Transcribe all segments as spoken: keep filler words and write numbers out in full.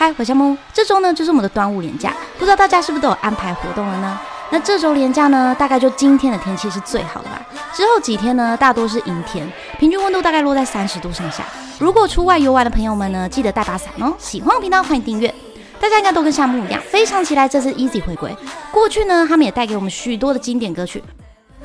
嗨，我夏木。这周呢就是我们的端午连假，不知道大家是不是都有安排活动了呢？那这周连假呢，大概就今天的天气是最好的吧。之后几天呢，大多是阴天，平均温度大概落在三十度上下。如果出外游玩的朋友们呢，记得带把伞哦。喜欢我频道，欢迎订阅。大家应该都跟夏木一样，非常期待这次 Easy 回归。过去呢，他们也带给我们许多的经典歌曲。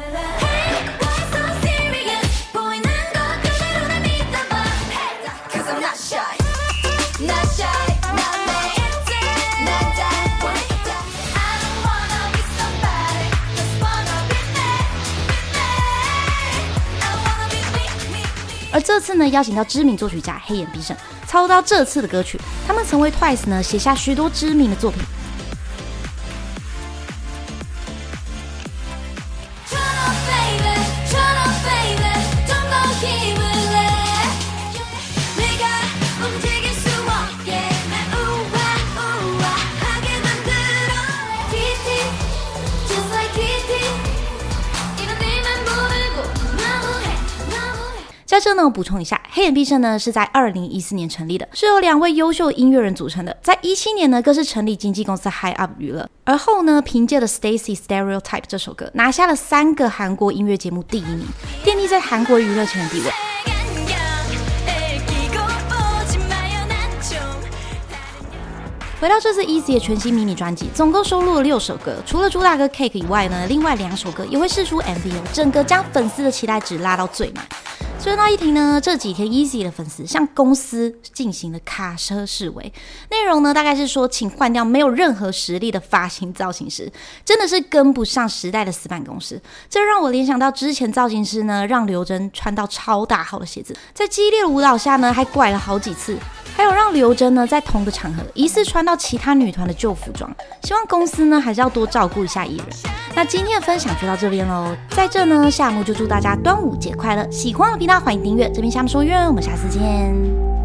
而这次呢，邀请到知名作曲家黑眼必胜操刀这次的歌曲，他们曾为 Twice 呢写下许多知名的作品。在这呢，我补充一下，黑眼必胜呢是在二零一四年成立的，是由两位优秀音乐人组成的。在一七年呢，更是成立经纪公司 High Up 娱乐。而后呢，凭借了 Stacy Stereotype 这首歌，拿下了三个韩国音乐节目第一名，奠定在韩国娱乐圈的地位。回到这次 Easy 的全新迷你专辑，总共收录了六首歌，除了主打歌 Cake 以外呢，另外两首歌也会释出 M V 哦，整个将粉丝的期待值拉到最满。顺道一提呢，这几天 Easy 的粉丝向公司进行了卡车示威，内容呢大概是说，请换掉没有任何实力的发型造型师，真的是跟不上时代的死板公式。这让我联想到之前造型师呢让刘真穿到超大号的鞋子，在激烈的舞蹈下呢还拐了好几次，还有让刘真呢在同个场合疑似穿到其他女团的旧服装。希望公司呢还是要多照顾一下艺人。那今天的分享就到这边喽，在这呢夏木就祝大家端午节快乐，喜欢我的频道欢迎订阅，这边夏木说约，我们下次见。